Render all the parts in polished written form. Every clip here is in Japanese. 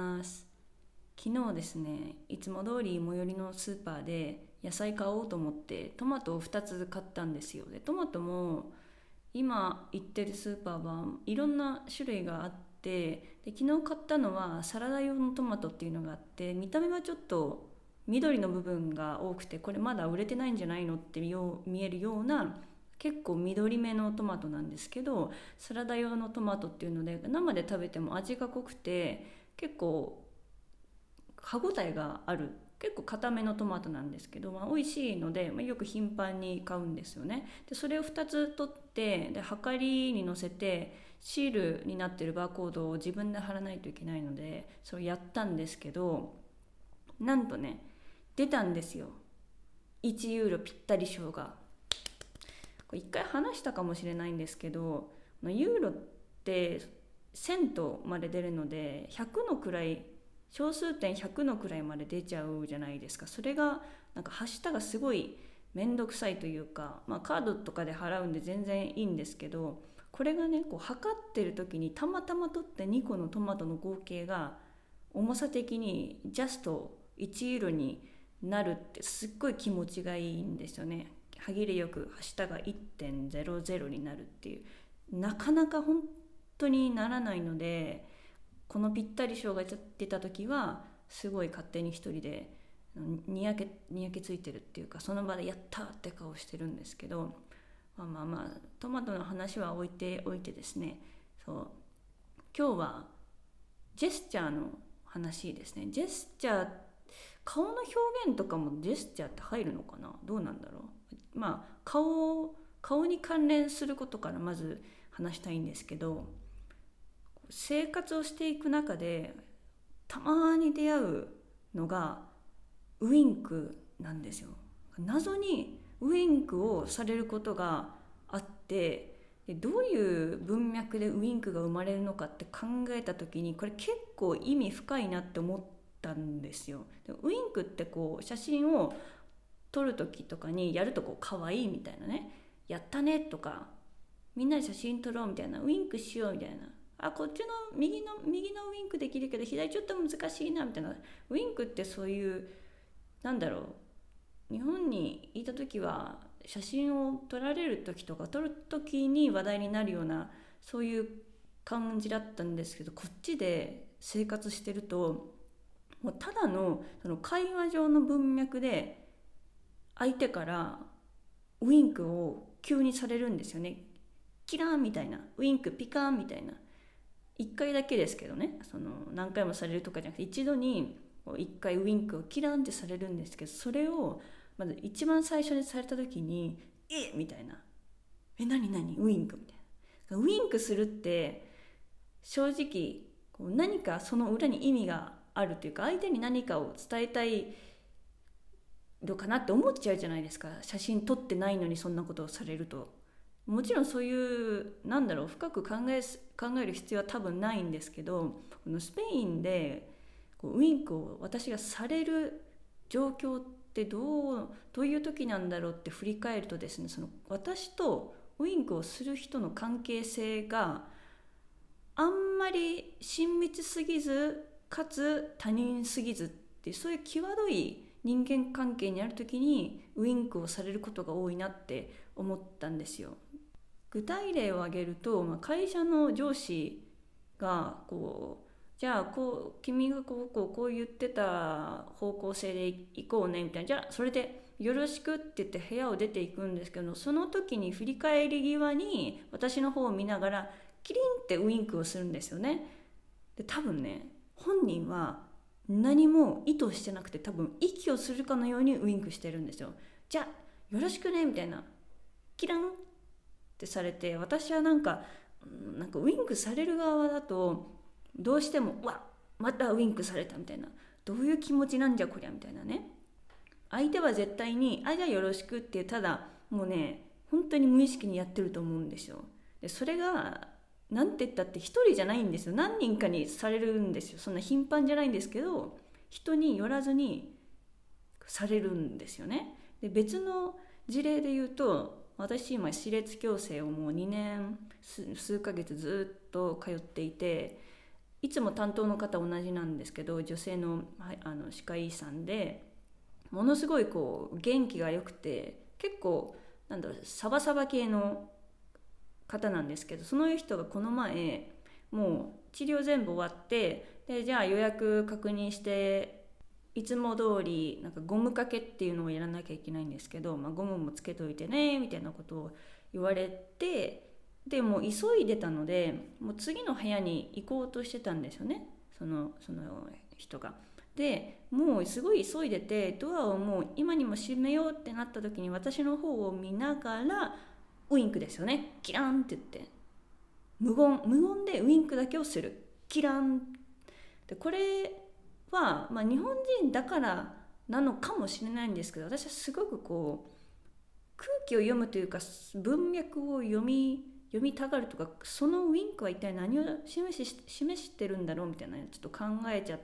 ます。昨日ですね、いつも通り最寄りのスーパーで野菜買おうと思ってトマトを2つ買ったんですよ。でトマトも今行ってるスーパーはいろんな種類があって、で昨日買ったのはサラダ用のトマトっていうのがあって、見た目はちょっと緑の部分が多くて、これまだ売れてないんじゃないのって見えるような結構緑めのトマトなんですけど、サラダ用のトマトっていうので生で食べても味が濃くて結構歯ごたえがある、結構固めのトマトなんですけど、美味しいので、よく頻繁に買うんですよね。でそれを2つ取って、で量りに乗せてシールになってるバーコードを自分で貼らないといけないので、それをやったんですけど、なんとね、出たんですよ、1ユーロぴったり賞が。これ一回話したかもしれないんですけど、ユーロってセントまで出るので、100の位、小数点100の位まで出ちゃうじゃないですか。それがなんか発したがすごいめんどくさいというか、カードとかで払うんで全然いいんですけど、これがね、こう測ってる時にたまたま取って2個のトマトの合計が重さ的にジャスト1ユーロになるって、すっごい気持ちがいいんですよね。歯切れよく下が1.00になるっていう、なかなか本当にならないので、このぴったり賞が出た時はすごい勝手に一人でにやけついてるっていうか、その場でやったって顔してるんですけど、トマトの話は置いておいてですね、そう今日はジェスチャーの話ですね。ジェスチャー、顔の表現とかもジェスチャーって入るのかな、どうなんだろう。顔に関連することからまず話したいんですけど、生活をしていく中でたまに出会うのがウインクなんですよ。謎にウインクをされることがあって、どういう文脈でウインクが生まれるのかって考えた時に、これ結構意味深いなって思ったんですよ。ウインクってこう写真を撮る時とかにやるとこう可愛いみたいなね、やったねとか、みんなで写真撮ろうみたいな、ウインクしようみたいな、こっちの右のウインクできるけど左ちょっと難しいなみたいな。ウインクってそういう、なんだろう、日本にいた時は写真を撮られる時とか撮る時に話題になるような、そういう感じだったんですけど、こっちで生活してるともうただのその会話上の文脈で相手からウインクを急にされるんですよね。キラーンみたいな、ウインクピカーンみたいな。1回だけですけどね、その何回もされるとかじゃなくて、一度に1回ウインクをキラーンってされるんですけど、それをまず一番最初にされた時にみたいな、何ウインクみたいな。ウインクするって正直何かその裏に意味があるというか、相手に何かを伝えたいのかなって思っちゃうじゃないですか。写真撮ってないのにそんなことをされると、もちろんそういう深く考える必要は多分ないんですけど、このスペインでウインクを私がされる状況ってどういう時なんだろうって振り返るとですね、その私とウインクをする人の関係性があんまり親密すぎずかつ他人すぎずっていう、そういう際どい人間関係にある時にウインクをされることが多いなって思ったんですよ。具体例を挙げると、会社の上司がじゃあ君がこう言ってた方向性で行こうねみたいな、じゃあそれでよろしくって言って部屋を出ていくんですけど、その時に振り返り際に私の方を見ながらキリンってウインクをするんですよね。で多分ね、本人は何も意図してなくて、多分息をするかのようにウインクしてるんですよ。じゃあよろしくねみたいな、キランってされて、私はなんかウインクされる側だとどうしてもまたウインクされたみたいな、どういう気持ちなんじゃこりゃみたいなね。相手は絶対にじゃあよろしくってただもうね、本当に無意識にやってると思うんですよ。でそれがなんて言ったって一人じゃないんですよ。何人かにされるんですよ。そんな頻繁じゃないんですけど、人によらずにされるんですよね。で別の事例で言うと、私今歯列矯正をもう2年数ヶ月ずっと通っていて、 いつも担当の方同じなんですけど、女性の、はい、歯科医さんで、ものすごいこう元気が良くて、結構なんだろう、サバサバ系の方なんですけど、その人がこの前もう治療全部終わって、でじゃあ予約確認していつも通りなんかゴムかけっていうのをやらなきゃいけないんですけど、ゴムもつけといてねみたいなことを言われて、でもう急いでたので、もう次の部屋に行こうとしてたんですよね、その人が。でもうすごい急いでて、ドアをもう今にも閉めようってなった時に、私の方を見ながらウインクですよね、キランって言って、無言でウインクだけをする、キランで。これは、日本人だからなのかもしれないんですけど、私はすごくこう空気を読むというか、文脈を読みたがるとか、そのウインクは一体何を示してるんだろうみたいな、ちょっと考えちゃって、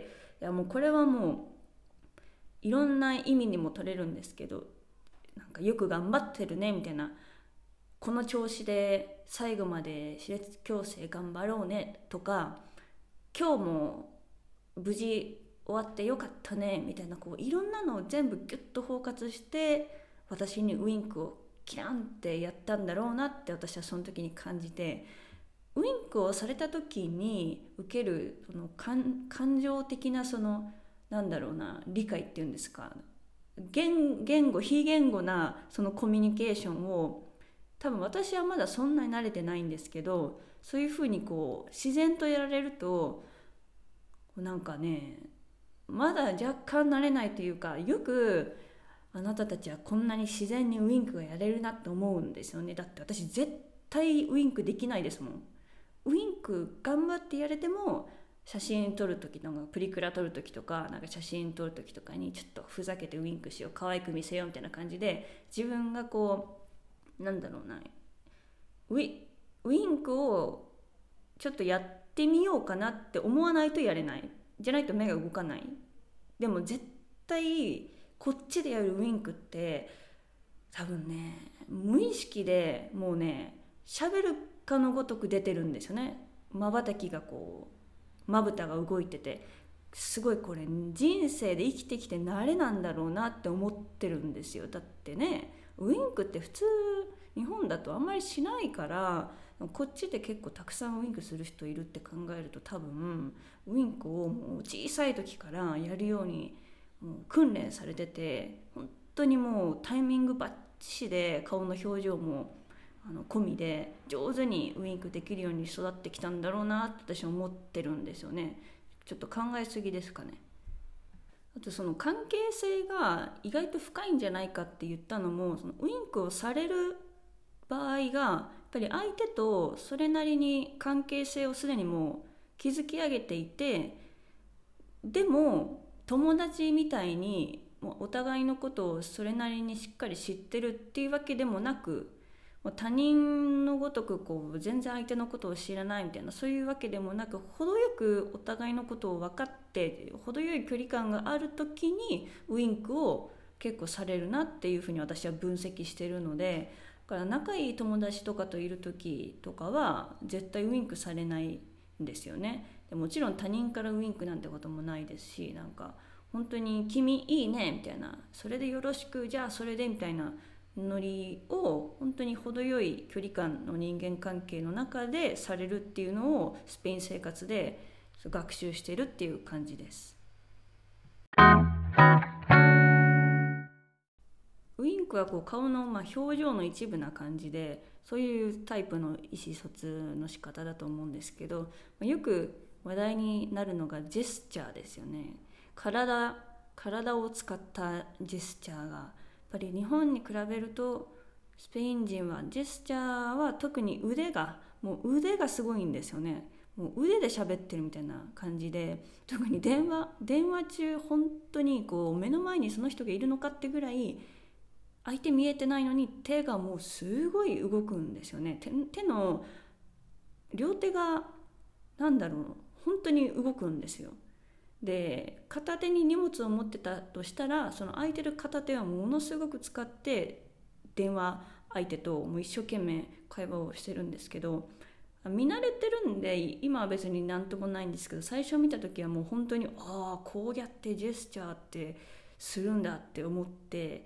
いやもうこれはもういろんな意味にも取れるんですけど、なんかよく頑張ってるねみたいな、この調子で最後まで歯列矯正頑張ろうねとか、今日も無事終わってよかったねみたいな、こういろんなのを全部ギュッと包括して私にウインクをキランってやったんだろうなって私はその時に感じて、ウインクをされた時に受けるその感情的ななんだろうな、理解っていうんですか、非言語なそのコミュニケーションを、多分私はまだそんなに慣れてないんですけど、そういうふうにこう自然とやられると、なんかね、まだ若干慣れないというか、よくあなたたちはこんなに自然にウインクがやれるなって思うんですよね。だって私絶対ウインクできないですもん。ウインク頑張ってやれても、写真撮る時とかプリクラ撮る時とか、なんか写真撮る時とかにちょっとふざけてウインクしよう、可愛く見せようみたいな感じで、自分がこうなんだろうな、ウインクをちょっとやってみようかなって思わないとやれない、じゃないと目が動かない。でも絶対こっちでやるウインクって多分ね、無意識でもうね、喋るかのごとく出てるんですよね。まばたきがこう、まぶたが動いてて、すごいこれ人生で生きてきて慣れなんだろうなって思ってるんですよ。だってね、ウインクって普通日本だとあんまりしないから、こっちで結構たくさんウインクする人いるって考えると、多分ウインクをもう小さい時からやるようにもう訓練されてて、本当にもうタイミングバッチリで顔の表情も込みで上手にウインクできるように育ってきたんだろうなって私は思ってるんですよね。ちょっと考えすぎですかね。あとその関係性が意外と深いんじゃないかって言ったのも、そのウインクをされる場合がやっぱり相手とそれなりに関係性をすでにもう築き上げていて、でも友達みたいにもうお互いのことをそれなりにしっかり知ってるっていうわけでもなく、もう他人のごとくこう全然相手のことを知らないみたいな、そういうわけでもなく、程よくお互いのことを分かって程よい距離感がある時にウインクを結構されるなっていうふうに私は分析してるので、だから仲いい友達とかといる時とかは絶対ウインクされないんですよね。でもちろん他人からウインクなんてこともないですし、なんか本当に君いいねみたいな、それでよろしく、じゃあそれでみたいなノリを本当に程よい距離感の人間関係の中でされるっていうのをスペイン生活で学習しているっていう感じです。ウインクはこう顔の表情の一部な感じで、そういうタイプの意思疎通の仕方だと思うんですけど、よく話題になるのがジェスチャーですよね。体を使ったジェスチャーがやっぱり日本に比べると、スペイン人はジェスチャーは特に腕がすごいんですよね。もう腕で喋ってるみたいな感じで、特に電話中本当にこう目の前にその人がいるのかってぐらい相手見えてないのに手がもうすごい動くんですよね。手の両手がなんだろう、本当に動くんですよ。で片手に荷物を持ってたとしたら、その空いてる片手はものすごく使って電話相手ともう一生懸命会話をしてるんですけど、 見慣れてるんで今は別になんともないんですけど、最初見た時はもう本当にこうやってジェスチャーってするんだって思って、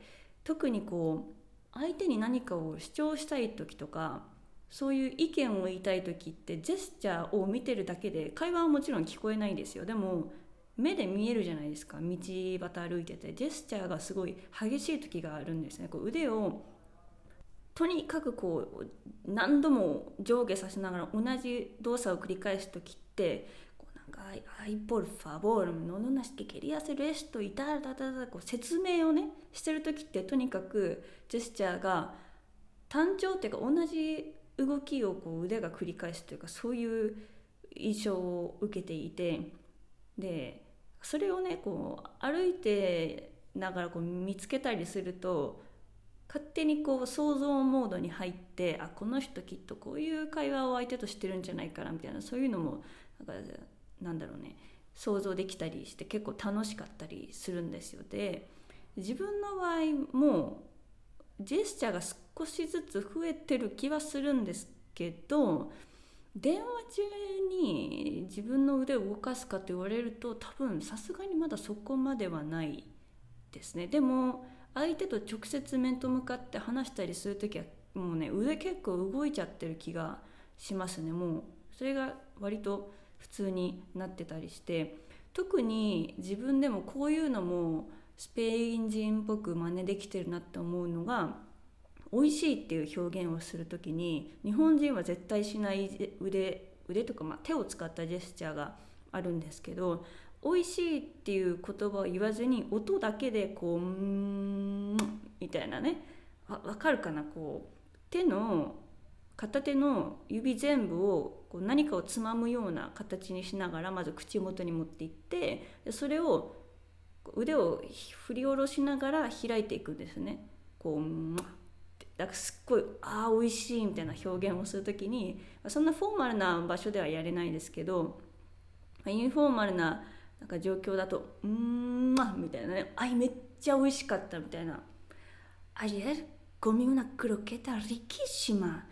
特にこう相手に何かを主張したい時とか、そういう意見を言いたい時ってジェスチャーを見てるだけで会話はもちろん聞こえないんですよ。でも目で見えるじゃないですか。道端歩いててジェスチャーがすごい激しい時があるんですね。こう腕をとにかくこう何度も上下させながら同じ動作を繰り返す時って、こうなんか「Ay por favor no nos que quería hacer esto y tal tal tal」こう説明をねしてる時って、とにかくジェスチャーが単調っていうか同じ動きをこう腕が繰り返すというか、そういう印象を受けていて、でそれをねこう歩いてながらこう見つけたりすると、勝手にこう想像モードに入って、この人きっとこういう会話を相手としてるんじゃないかなみたいな、そういうのもなんだろうね、想像できたりして結構楽しかったりするんですよ。で自分の場合もジェスチャーが少しずつ増えてる気はするんですけど、電話中に自分の腕を動かすかと言われると、多分さすがにまだそこまではないですね。でも相手と直接面と向かって話したりするときはもうね、腕結構動いちゃってる気がしますね。もうそれが割と普通になってたりして、特に自分でもこういうのもスペイン人っぽく真似できてるなって思うのが、美味しいっていう表現をするときに日本人は絶対しない腕とか、手を使ったジェスチャーがあるんですけど、美味しいっていう言葉を言わずに音だけでこうみたいなね、わかるかな、こう片手の指全部をこう何かをつまむような形にしながら、まず口元に持っていって、それを腕を振り下ろしながら開いていくんですね。こうだからすっごい美味しいみたいな表現をするときに、そんなフォーマルな場所ではやれないですけど、インフォーマルななんか状況だとみたいなね、めっちゃ美味しかったみたいな、ayer comí una croqueta riquísima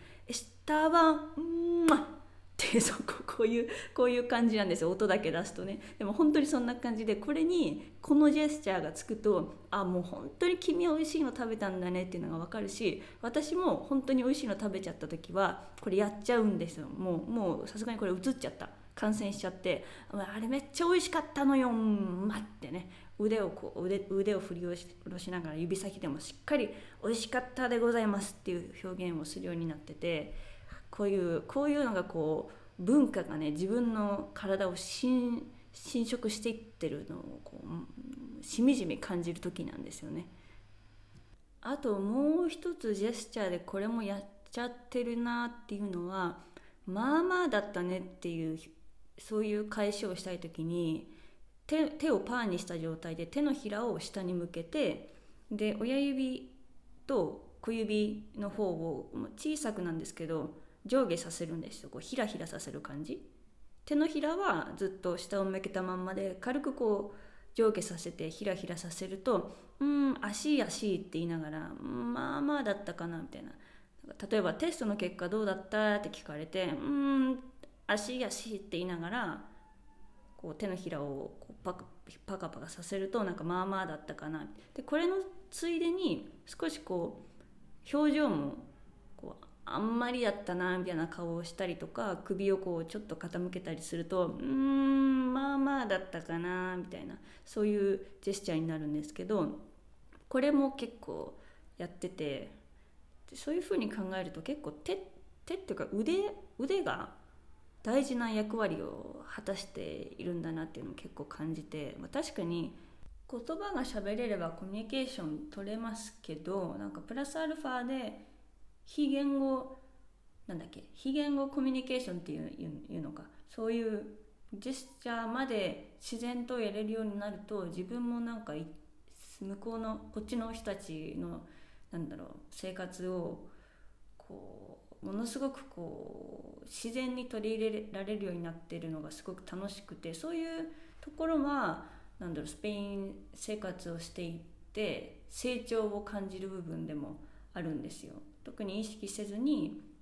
estaba ってこういう感じなんですよ、音だけ出すとね。でも本当にそんな感じで、これにこのジェスチャーがつくと、もう本当に君は美味しいの食べたんだねっていうのが分かるし、私も本当に美味しいの食べちゃった時はこれやっちゃうんですよ。もうさすがにこれ映っちゃった、感染しちゃって、あれめっちゃ美味しかったのよってね、腕を振り下ろしながら指先でもしっかり美味しかったでございますっていう表現をするようになってて、こういうのがこう文化がね、自分の体を侵食していってるのをこうしみじみ感じる時なんですよね。あともう一つジェスチャーでこれもやっちゃってるなっていうのは、まあまあだったねっていう、そういう返しをしたい時に手をパーにした状態で手のひらを下に向けて、で親指と小指の方を小さくなんですけど上下させるんですよ。こうヒラヒラさせる感じ。手のひらはずっと下を向けたまんまで、軽くこう上下させてヒラヒラさせると、足って言いながら、まあまあだったかなみたいな。例えばテストの結果どうだったって聞かれて、足って言いながらこう手のひらをこうパカパカさせると、なんかまあまあだったかな。でこれのついでに少しこう表情もこうあんまりだったなみたいな顔をしたりとか、首をこうちょっと傾けたりすると、まあまあだったかなみたいな、そういうジェスチャーになるんですけど、これも結構やってて、そういう風に考えると結構手っていうか腕が大事な役割を果たしているんだなっていうのを結構感じて、確かに言葉が喋れればコミュニケーション取れますけど、なんかプラスアルファで非言語コミュニケーションっていうのか、そういうジェスチャーまで自然とやれるようになると、自分もなんかこっちの人たちの生活をこうものすごくこう自然に取り入れられるようになっているのがすごく楽しくて、そういうところはスペイン生活をしていって成長を感じる部分でもあるんですよ。特に意識せずに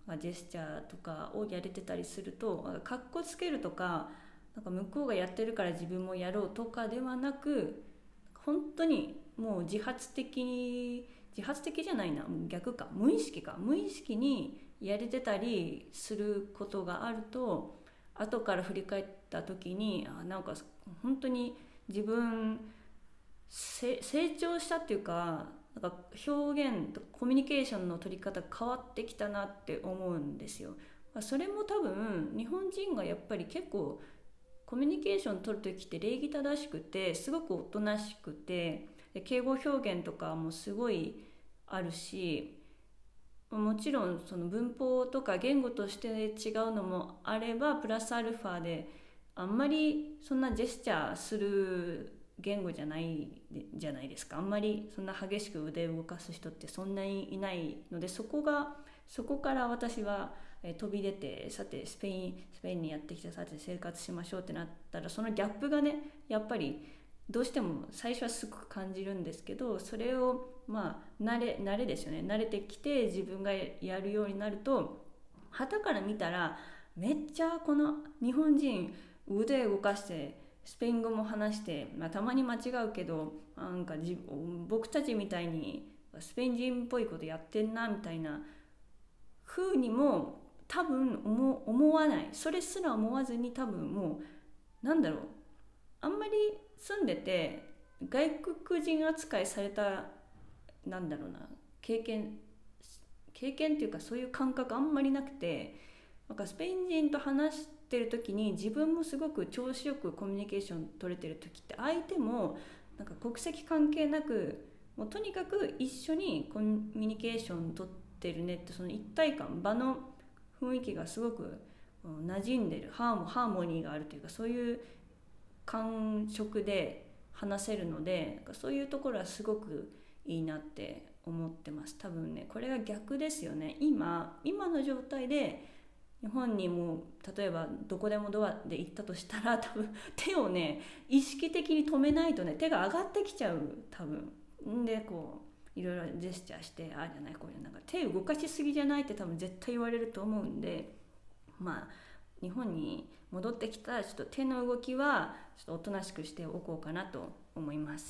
ジェスチャーとかをやれてたりすると、かっこつけるとか、なんか向こうがやってるから自分もやろうとかではなく、本当にもう自発的じゃないな、逆か、無意識にやれてたりすることがあると、後から振り返った時になんか本当に自分成長したっていうか、なんか表現とコミュニケーションの取り方変わってきたなって思うんですよ。それも多分日本人がやっぱり結構コミュニケーション取る時って礼儀正しくて、すごくおとなしくて、敬語表現とかもすごいあるし、もちろんその文法とか言語として違うのもあれば、プラスアルファであんまりそんなジェスチャーする言語じゃないじゃないですか。あんまりそんな激しく腕を動かす人ってそんなにいないので、そこから私は飛び出て、さてスペインにやってきて、さて生活しましょうってなったら、そのギャップがね、やっぱりどうしても最初はすごく感じるんですけど、それを慣れですよね。慣れてきて自分がやるようになると、傍から見たらめっちゃこの日本人腕動かしてスペイン語も話して、たまに間違うけどなんか僕たちみたいにスペイン人っぽいことやってんなみたいな風にも多分思わない。それすら思わずに、多分もうあんまり住んでて外国人扱いされた経験っていうか、そういう感覚あんまりなくて、なんかスペイン人と話してる時に自分もすごく調子よくコミュニケーション取れてる時って、相手もなんか国籍関係なく、もうとにかく一緒にコミュニケーション取ってるねって、その一体感、場の雰囲気がすごく馴染んでる、ハーモニーがあるというか、そういう感触で話せるので、そういうところはすごくいいなって思ってます。多分ね、これが逆ですよね。今の状態で日本にも例えばどこでもドアで行ったとしたら、多分手をね意識的に止めないとね、手が上がってきちゃう、多分で、こういろいろジェスチャーして、ああじゃないこれなんか手動かしすぎじゃないって多分絶対言われると思うんで、日本に戻ってきたらちょっと手の動きはちょっとおとなしくしておこうかなと思います。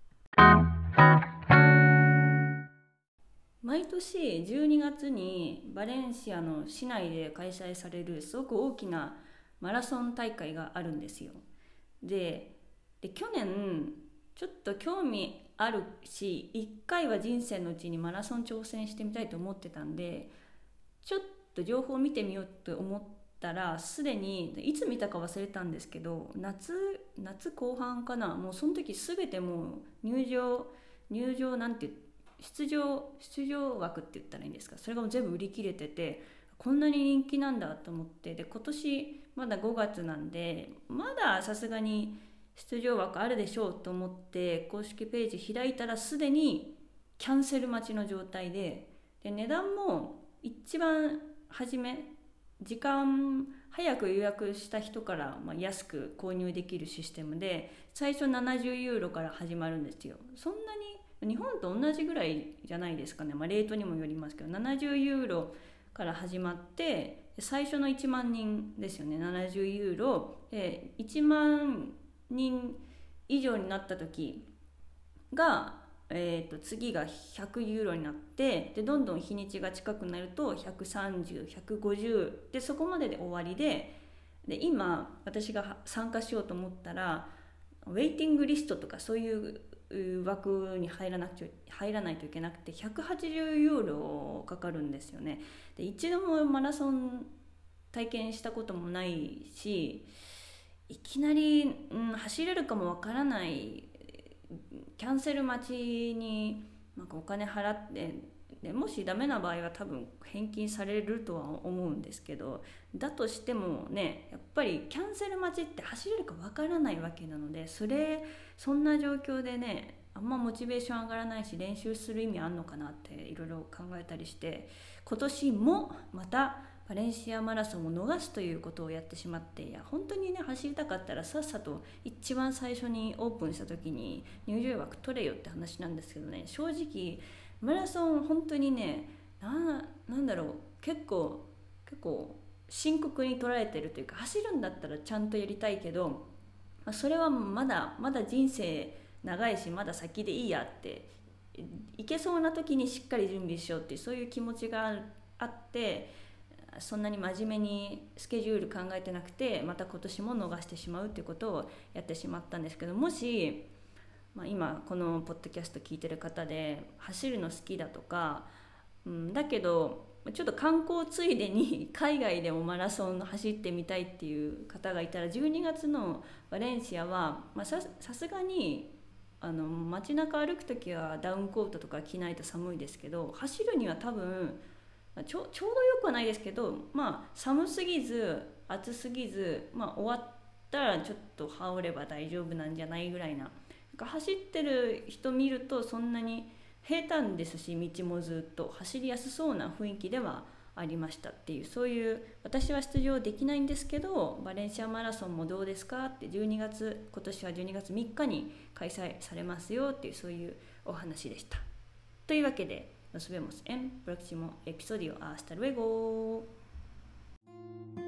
毎年12月にバレンシアの市内で開催されるすごく大きなマラソン大会があるんですよ。で去年ちょっと興味あるし、1回は人生のうちにマラソン挑戦してみたいと思ってたんで、ちょっと情報を見てみようと思ったら、すでにいつ見たか忘れたんですけど、夏後半かな、もうその時全てもう入場なんて出場枠って言ったらいいんですか、それがもう全部売り切れてて、こんなに人気なんだと思って、で今年まだ5月なんで、まださすがに出場枠あるでしょうと思って公式ページ開いたら、すでにキャンセル待ちの状態で、値段も一番初め時間早く予約した人から安く購入できるシステムで、最初70ユーロから始まるんですよ。そんなに日本と同じぐらいじゃないですかね、レートにもよりますけど、70ユーロから始まって、最初の1万人ですよね、70ユーロで1万人以上になった時が、次が100ユーロになって、でどんどん日にちが近くなると130、150で、そこまでで終わりで、今私が参加しようと思ったらウェイティングリストとかそういう枠に入らないといけなくて、180ユーロかかるんですよね。で一度もマラソン体験したこともないし、いきなり、走れるかもわからないキャンセル待ちになんかお金払って、でもしダメな場合は多分返金されるとは思うんですけど、だとしてもね、やっぱりキャンセル待ちって走れるかわからないわけなので、そんな状況でね、あんまモチベーション上がらないし、練習する意味あんのかなっていろいろ考えたりして、今年もまたバレンシアマラソンを逃すということをやってしまって、いや本当にね走りたかったらさっさと一番最初にオープンした時に入場枠取れよって話なんですけどね、正直マラソン本当にね、なんだろう、 結構深刻に捉えてるというか、走るんだったらちゃんとやりたいけど、それはまだ人生長いしまだ先でいいやって、いけそうな時にしっかり準備しようっていう、そういう気持ちがあって、そんなに真面目にスケジュール考えてなくて、また今年も逃してしまうっていうことをやってしまったんですけど、もし、今このポッドキャスト聞いてる方で走るの好きだとか、だけどちょっと観光ついでに海外でもマラソン走ってみたいっていう方がいたら、12月のバレンシアは、さすがに街中歩くときはダウンコートとか着ないと寒いですけど、走るには多分ちょうどよくはないですけど、寒すぎず暑すぎず、終わったらちょっと羽織れば大丈夫なんじゃないぐらいな、走ってる人見るとそんなに平坦ですし、道もずっと走りやすそうな雰囲気ではありましたっていう、そういう、私は出場できないんですけどバレンシアマラソンもどうですかって、今年は12月3日に開催されますよっていう、そういうお話でした。というわけで、Nos vemos en próximo episodio. Hasta luego.